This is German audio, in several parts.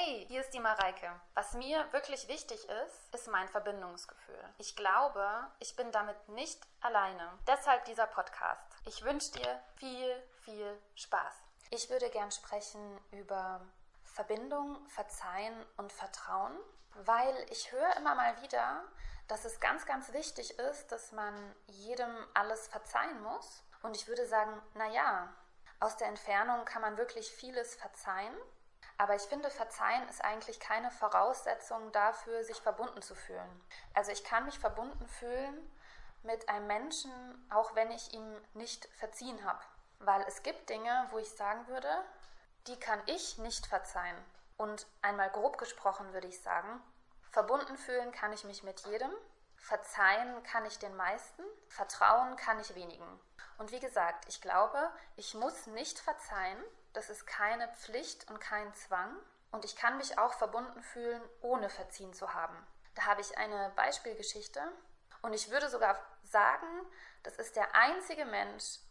Hey, hier ist die Mareike. Was mir wirklich wichtig ist, ist mein Verbindungsgefühl. Ich glaube, ich bin damit nicht alleine. Deshalb dieser Podcast. Ich wünsche dir viel, viel Spaß. Ich würde gern sprechen über Verbindung, Verzeihen und Vertrauen, weil ich höre immer mal wieder, dass es ganz, ganz wichtig ist, dass man jedem alles verzeihen muss. Und ich würde sagen, naja, aus der Entfernung kann man wirklich vieles verzeihen. Aber ich finde, Verzeihen ist eigentlich keine Voraussetzung dafür, sich verbunden zu fühlen. Also ich kann mich verbunden fühlen mit einem Menschen, auch wenn ich ihm nicht verziehen habe. Weil es gibt Dinge, wo ich sagen würde, die kann ich nicht verzeihen. Und einmal grob gesprochen würde ich sagen, verbunden fühlen kann ich mich mit jedem, verzeihen kann ich den meisten, vertrauen kann ich wenigen. Und wie gesagt, ich glaube, ich muss nicht verzeihen. Das ist keine Pflicht und kein Zwang. Und ich kann mich auch verbunden fühlen, ohne verziehen zu haben. Da habe ich eine Beispielgeschichte. Und ich würde sogar sagen, das ist der einzige Mensch,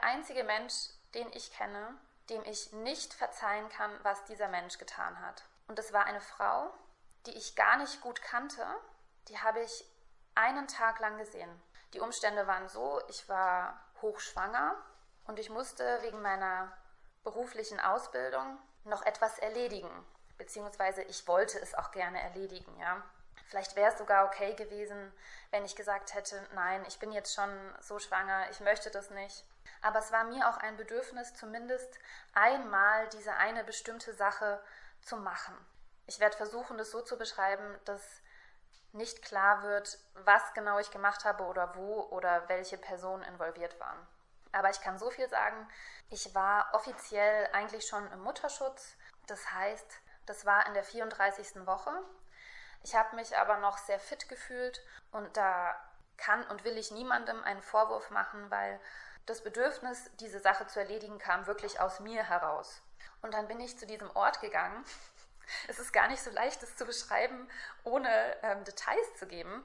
den ich kenne, dem ich nicht verzeihen kann, was dieser Mensch getan hat. Und das war eine Frau, die ich gar nicht gut kannte. Die habe ich einen Tag lang gesehen. Die Umstände waren so, ich war hochschwanger und ich musste wegen meiner beruflichen Ausbildung noch etwas erledigen, beziehungsweise ich wollte es auch gerne erledigen, ja. Vielleicht wäre es sogar okay gewesen, wenn ich gesagt hätte, nein, ich bin jetzt schon so schwanger, ich möchte das nicht. Aber es war mir auch ein Bedürfnis, zumindest einmal diese eine bestimmte Sache zu machen. Ich werde versuchen, das so zu beschreiben, dass nicht klar wird, was genau ich gemacht habe oder wo oder welche Personen involviert waren. Aber ich kann so viel sagen, ich war offiziell eigentlich schon im Mutterschutz. Das heißt, das war in der 34. Woche. Ich habe mich aber noch sehr fit gefühlt und da kann und will ich niemandem einen Vorwurf machen, weil das Bedürfnis, diese Sache zu erledigen, kam wirklich aus mir heraus. Und dann bin ich zu diesem Ort gegangen. Es ist gar nicht so leicht, das zu beschreiben, ohne Details zu geben.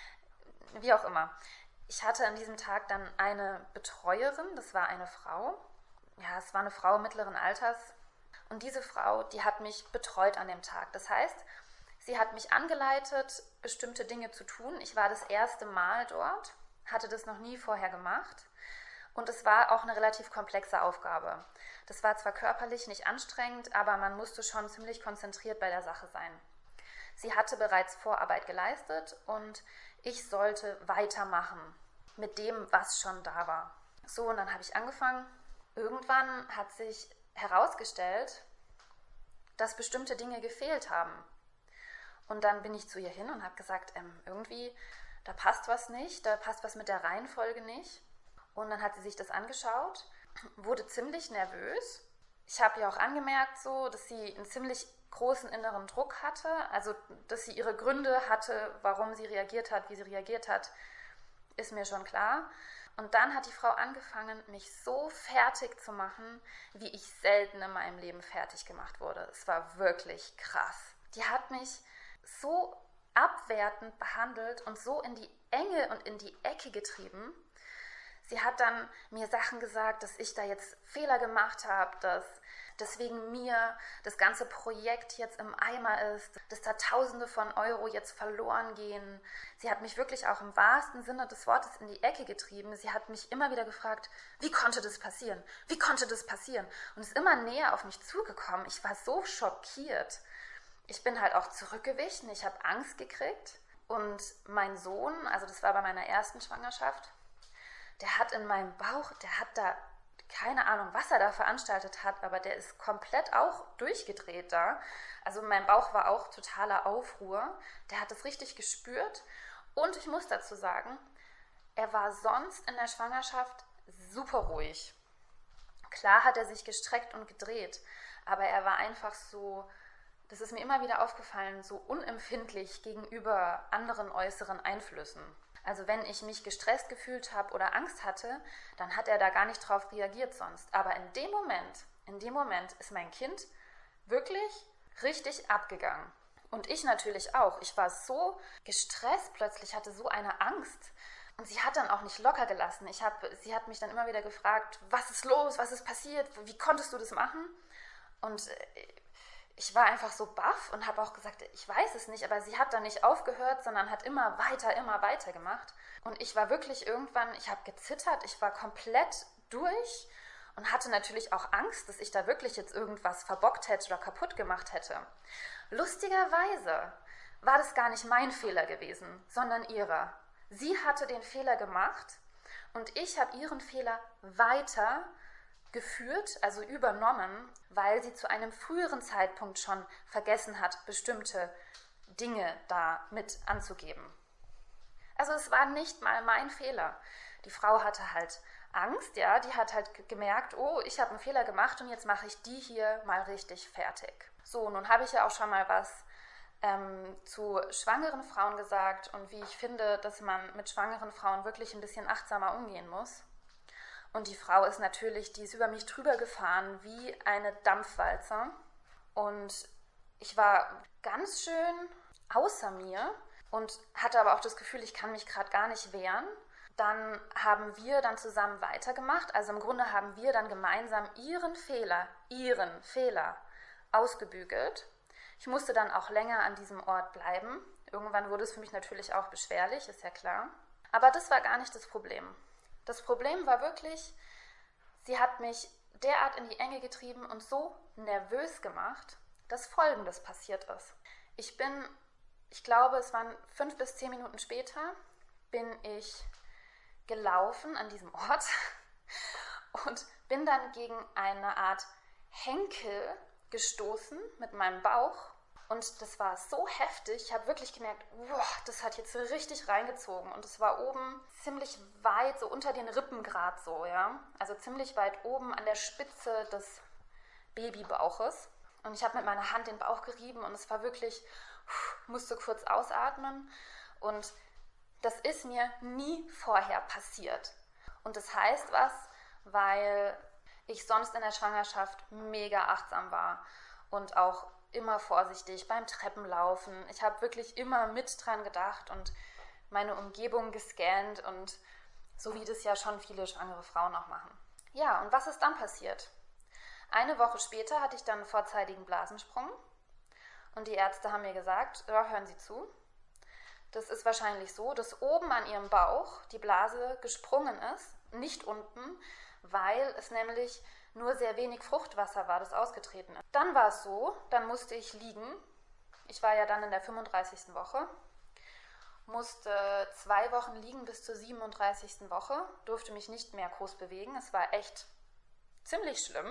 Wie auch immer. Ich hatte an diesem Tag dann eine Betreuerin, das war eine Frau. Ja, es war eine Frau mittleren Alters. Und diese Frau, die hat mich betreut an dem Tag. Das heißt, sie hat mich angeleitet, bestimmte Dinge zu tun. Ich war das erste Mal dort, hatte das noch nie vorher gemacht. Und es war auch eine relativ komplexe Aufgabe. Das war zwar körperlich nicht anstrengend, aber man musste schon ziemlich konzentriert bei der Sache sein. Sie hatte bereits Vorarbeit geleistet und ich sollte weitermachen mit dem, was schon da war. So, und dann habe ich angefangen. Irgendwann hat sich herausgestellt, dass bestimmte Dinge gefehlt haben. Und dann bin ich zu ihr hin und habe gesagt, irgendwie, da passt was nicht, da passt was mit der Reihenfolge nicht. Und dann hat sie sich das angeschaut, wurde ziemlich nervös. Ich habe ihr auch angemerkt, so, dass sie einen ziemlich großen inneren Druck hatte, also dass sie ihre Gründe hatte, warum sie reagiert hat, wie sie reagiert hat, ist mir schon klar. Und dann hat die Frau angefangen, mich so fertig zu machen, wie ich selten in meinem Leben fertig gemacht wurde. Es war wirklich krass. Die hat mich so abwertend behandelt und so in die Enge und in die Ecke getrieben. Sie hat dann mir Sachen gesagt, dass ich da jetzt Fehler gemacht habe, dass deswegen mir das ganze Projekt jetzt im Eimer ist, dass da Tausende von Euro jetzt verloren gehen. Sie hat mich wirklich auch im wahrsten Sinne des Wortes in die Ecke getrieben. Sie hat mich immer wieder gefragt, wie konnte das passieren? Wie konnte das passieren? Und ist immer näher auf mich zugekommen. Ich war so schockiert. Ich bin halt auch zurückgewichen. Ich habe Angst gekriegt. Und mein Sohn, also das war bei meiner ersten Schwangerschaft, der hat in meinem Bauch, der hat da, keine Ahnung, was er da veranstaltet hat, aber der ist komplett auch durchgedreht da. Also mein Bauch war auch totaler Aufruhr. Der hat es richtig gespürt. Und ich muss dazu sagen, er war sonst in der Schwangerschaft super ruhig. Klar hat er sich gestreckt und gedreht, aber er war einfach so, das ist mir immer wieder aufgefallen, so unempfindlich gegenüber anderen äußeren Einflüssen. Also wenn ich mich gestresst gefühlt habe oder Angst hatte, dann hat er da gar nicht drauf reagiert sonst. Aber in dem Moment ist mein Kind wirklich richtig abgegangen. Und ich natürlich auch. Ich war so gestresst plötzlich, hatte so eine Angst. Und sie hat dann auch nicht locker gelassen. Sie hat mich dann immer wieder gefragt, was ist los, was ist passiert, wie konntest du das machen? Und ich war einfach so baff und habe auch gesagt, ich weiß es nicht, aber sie hat dann nicht aufgehört, sondern hat immer weiter gemacht. Und ich war wirklich irgendwann, ich habe gezittert, ich war komplett durch und hatte natürlich auch Angst, dass ich da wirklich jetzt irgendwas verbockt hätte oder kaputt gemacht hätte. Lustigerweise war das gar nicht mein Fehler gewesen, sondern ihrer. Sie hatte den Fehler gemacht und ich habe ihren Fehler weiter geführt, also übernommen, weil sie zu einem früheren Zeitpunkt schon vergessen hat, bestimmte Dinge da mit anzugeben. Also es war nicht mal mein Fehler. Die Frau hatte halt Angst, ja, die hat halt gemerkt, oh, ich habe einen Fehler gemacht und jetzt mache ich die hier mal richtig fertig. So, nun habe ich ja auch schon mal was zu schwangeren Frauen gesagt und wie ich finde, dass man mit schwangeren Frauen wirklich ein bisschen achtsamer umgehen muss. Und die Frau ist natürlich, die ist über mich drüber gefahren wie eine Dampfwalze. Und ich war ganz schön außer mir und hatte aber auch das Gefühl, ich kann mich gerade gar nicht wehren. Dann haben wir dann zusammen weitergemacht. Also im Grunde haben wir dann gemeinsam ihren Fehler ausgebügelt. Ich musste dann auch länger an diesem Ort bleiben. Irgendwann wurde es für mich natürlich auch beschwerlich, ist ja klar. Aber das war gar nicht das Problem. Das Problem war wirklich, sie hat mich derart in die Enge getrieben und so nervös gemacht, dass Folgendes passiert ist. Ich glaube, es waren 5 bis 10 Minuten später, bin ich gelaufen an diesem Ort und bin dann gegen eine Art Henkel gestoßen mit meinem Bauch. Und das war so heftig, ich habe wirklich gemerkt, boah, das hat jetzt richtig reingezogen. Und es war oben ziemlich weit, so unter den Rippen gerade so, ja. Also ziemlich weit oben an der Spitze des Babybauches. Und ich habe mit meiner Hand den Bauch gerieben und es war wirklich, musste kurz ausatmen. Und das ist mir nie vorher passiert. Und das heißt was, weil ich sonst in der Schwangerschaft mega achtsam war und auch immer vorsichtig beim Treppenlaufen. Ich habe wirklich immer mit dran gedacht und meine Umgebung gescannt und so wie das ja schon viele schwangere Frauen auch machen. Ja, und was ist dann passiert? Eine Woche später hatte ich dann einen vorzeitigen Blasensprung und die Ärzte haben mir gesagt, ja, hören Sie zu, das ist wahrscheinlich so, dass oben an Ihrem Bauch die Blase gesprungen ist, nicht unten, weil es nämlich nur sehr wenig Fruchtwasser war, das ausgetreten ist. Dann war es so, dann musste ich liegen. Ich war ja dann in der 35. Woche, musste 2 Wochen liegen bis zur 37. Woche, durfte mich nicht mehr groß bewegen. Es war echt ziemlich schlimm.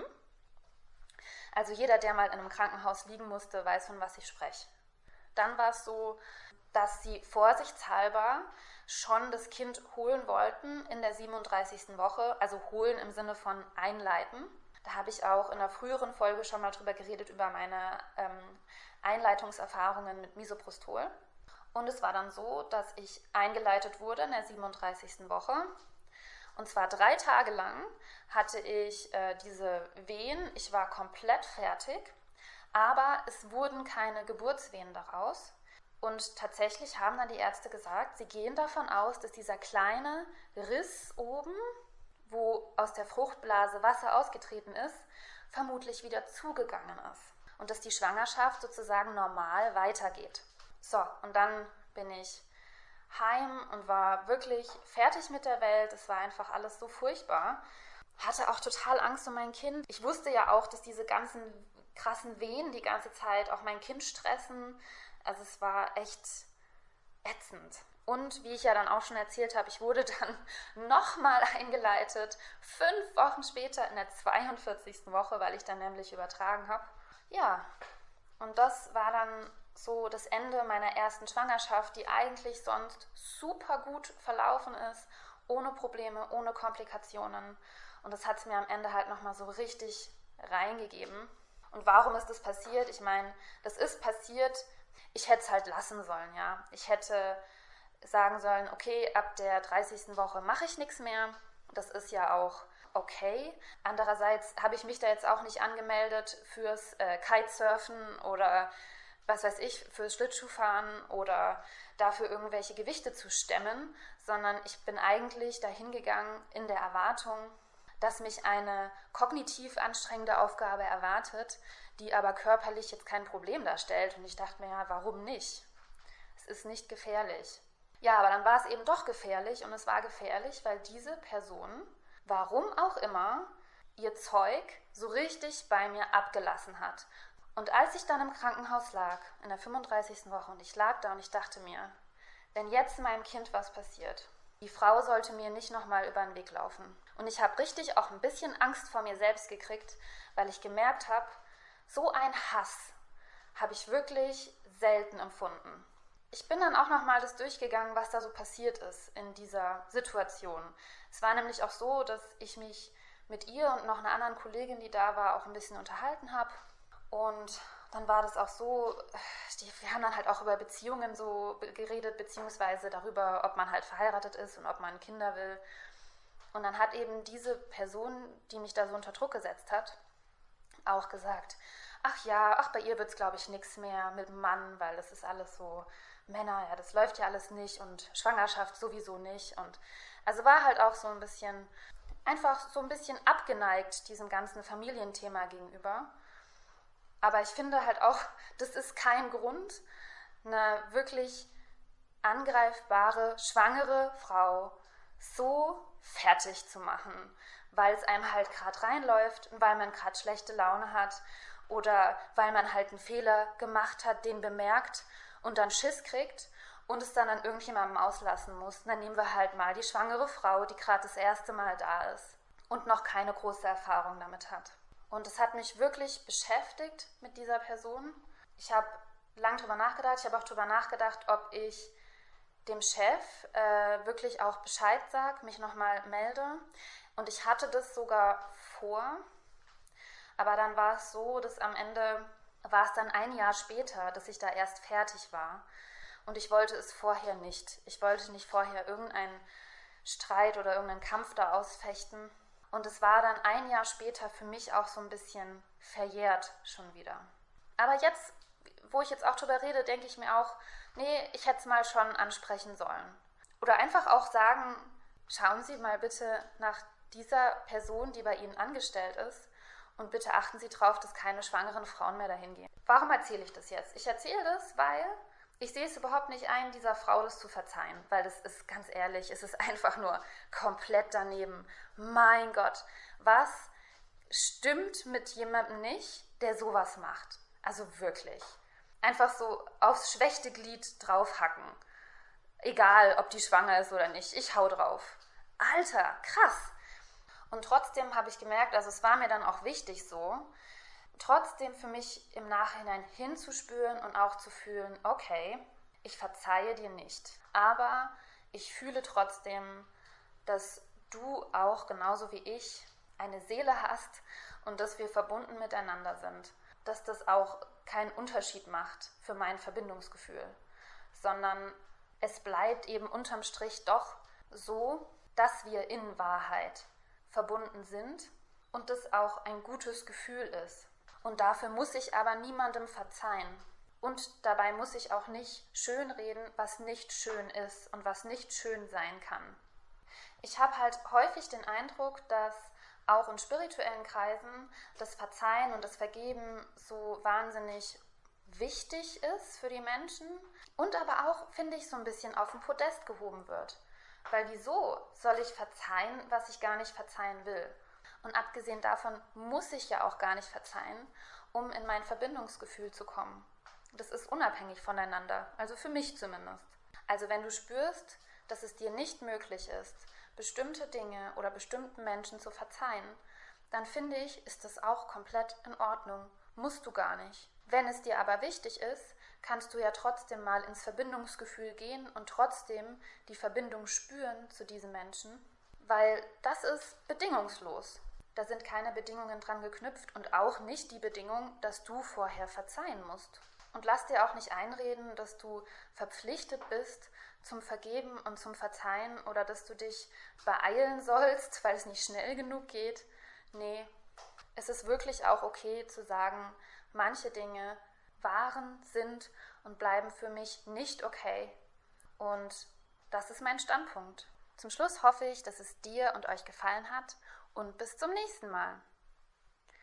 Also jeder, der mal in einem Krankenhaus liegen musste, weiß, von was ich spreche. Dann war es so, dass sie vorsichtshalber schon das Kind holen wollten in der 37. Woche, also holen im Sinne von einleiten. Da habe ich auch in einer früheren Folge schon mal drüber geredet, über meine Einleitungserfahrungen mit Misoprostol. Und es war dann so, dass ich eingeleitet wurde in der 37. Woche. Und zwar 3 Tage lang hatte ich diese Wehen. Ich war komplett fertig, aber es wurden keine Geburtswehen daraus. Und tatsächlich haben dann die Ärzte gesagt, sie gehen davon aus, dass dieser kleine Riss oben, wo aus der Fruchtblase Wasser ausgetreten ist, vermutlich wieder zugegangen ist. Und dass die Schwangerschaft sozusagen normal weitergeht. So, und dann bin ich heim und war wirklich fertig mit der Welt. Es war einfach alles so furchtbar. Hatte auch total Angst um mein Kind. Ich wusste ja auch, dass diese ganzen krassen Wehen die ganze Zeit auch mein Kind stressen. Also es war echt ätzend. Und wie ich ja dann auch schon erzählt habe, ich wurde dann nochmal eingeleitet, 5 Wochen später in der 42. Woche, weil ich dann nämlich übertragen habe. Ja, und das war dann so das Ende meiner ersten Schwangerschaft, die eigentlich sonst super gut verlaufen ist, ohne Probleme, ohne Komplikationen. Und das hat es mir am Ende halt nochmal so richtig reingegeben. Und warum ist das passiert? Ich meine, das ist passiert, ich hätte es halt lassen sollen, ja. Ich hätte sagen sollen, okay, ab der 30. Woche mache ich nichts mehr. Das ist ja auch okay. Andererseits habe ich mich da jetzt auch nicht angemeldet fürs Kitesurfen oder was weiß ich, fürs Schlittschuhfahren oder dafür irgendwelche Gewichte zu stemmen, sondern ich bin eigentlich dahin gegangen in der Erwartung, dass mich eine kognitiv anstrengende Aufgabe erwartet, die aber körperlich jetzt kein Problem darstellt. Und ich dachte mir, ja, warum nicht? Es ist nicht gefährlich. Ja, aber dann war es eben doch gefährlich, und es war gefährlich, weil diese Person, warum auch immer, ihr Zeug so richtig bei mir abgelassen hat. Und als ich dann im Krankenhaus lag, in der 35. Woche, und ich lag da und ich dachte mir, wenn jetzt meinem Kind was passiert, die Frau sollte mir nicht nochmal über den Weg laufen. Und ich habe richtig auch ein bisschen Angst vor mir selbst gekriegt, weil ich gemerkt habe, so ein Hass habe ich wirklich selten empfunden. Ich bin dann auch nochmal das durchgegangen, was da so passiert ist in dieser Situation. Es war nämlich auch so, dass ich mich mit ihr und noch einer anderen Kollegin, die da war, auch ein bisschen unterhalten habe. Und dann war das auch so, wir haben dann halt auch über Beziehungen so geredet, beziehungsweise darüber, ob man halt verheiratet ist und ob man Kinder will. Und dann hat eben diese Person, die mich da so unter Druck gesetzt hat, auch gesagt, bei ihr wird es, glaube ich, nichts mehr mit dem Mann, weil das ist alles so Männer, ja, das läuft ja alles nicht und Schwangerschaft sowieso nicht. Und also war halt auch so ein bisschen, einfach so ein bisschen abgeneigt diesem ganzen Familienthema gegenüber. Aber ich finde halt auch, das ist kein Grund, eine wirklich angreifbare, schwangere Frau so fertig zu machen, weil es einem halt gerade reinläuft und weil man gerade schlechte Laune hat oder weil man halt einen Fehler gemacht hat, den bemerkt und dann Schiss kriegt und es dann an irgendjemandem auslassen muss. Dann nehmen wir halt mal die schwangere Frau, die gerade das erste Mal da ist und noch keine große Erfahrung damit hat. Und es hat mich wirklich beschäftigt mit dieser Person. Ich habe lange drüber nachgedacht. Ich habe auch drüber nachgedacht, ob ich dem Chef wirklich auch Bescheid sage, mich nochmal melde. Und ich hatte das sogar vor. Aber dann war es so, dass am Ende war es dann ein Jahr später, dass ich da erst fertig war. Und ich wollte es vorher nicht. Ich wollte nicht vorher irgendeinen Streit oder irgendeinen Kampf da ausfechten. Und es war dann ein Jahr später für mich auch so ein bisschen verjährt schon wieder. Aber jetzt, wo ich jetzt auch drüber rede, denke ich mir auch, nee, ich hätte es mal schon ansprechen sollen. Oder einfach auch sagen, schauen Sie mal bitte nach dieser Person, die bei Ihnen angestellt ist, und bitte achten Sie darauf, dass keine schwangeren Frauen mehr dahin gehen. Warum erzähle ich das jetzt? Ich erzähle das, weil ich sehe es überhaupt nicht ein, dieser Frau das zu verzeihen, weil das ist, ganz ehrlich, es ist einfach nur komplett daneben. Mein Gott, was stimmt mit jemandem nicht, der sowas macht? Also wirklich. Einfach so aufs schwächte Glied draufhacken. Egal, ob die schwanger ist oder nicht, ich hau drauf. Alter, krass. Und trotzdem habe ich gemerkt, also es war mir dann auch wichtig so, trotzdem für mich im Nachhinein hinzuspüren und auch zu fühlen, okay, ich verzeihe dir nicht, aber ich fühle trotzdem, dass du auch genauso wie ich eine Seele hast und dass wir verbunden miteinander sind, dass das auch keinen Unterschied macht für mein Verbindungsgefühl, sondern es bleibt eben unterm Strich doch so, dass wir in Wahrheit verbunden sind und das auch ein gutes Gefühl ist. Und dafür muss ich aber niemandem verzeihen. Und dabei muss ich auch nicht schönreden, was nicht schön ist und was nicht schön sein kann. Ich habe halt häufig den Eindruck, dass auch in spirituellen Kreisen das Verzeihen und das Vergeben so wahnsinnig wichtig ist für die Menschen und aber auch, finde ich, so ein bisschen auf den Podest gehoben wird. Weil wieso soll ich verzeihen, was ich gar nicht verzeihen will? Und abgesehen davon muss ich ja auch gar nicht verzeihen, um in mein Verbindungsgefühl zu kommen. Das ist unabhängig voneinander, also für mich zumindest. Also wenn du spürst, dass es dir nicht möglich ist, bestimmte Dinge oder bestimmten Menschen zu verzeihen, dann finde ich, ist das auch komplett in Ordnung. Musst du gar nicht. Wenn es dir aber wichtig ist, kannst du ja trotzdem mal ins Verbindungsgefühl gehen und trotzdem die Verbindung spüren zu diesem Menschen, weil das ist bedingungslos. Da sind keine Bedingungen dran geknüpft und auch nicht die Bedingung, dass du vorher verzeihen musst. Und lass dir auch nicht einreden, dass du verpflichtet bist zum Vergeben und zum Verzeihen oder dass du dich beeilen sollst, weil es nicht schnell genug geht. Nee, es ist wirklich auch okay zu sagen, manche Dinge waren, sind und bleiben für mich nicht okay. Und das ist mein Standpunkt. Zum Schluss hoffe ich, dass es dir und euch gefallen hat und bis zum nächsten Mal.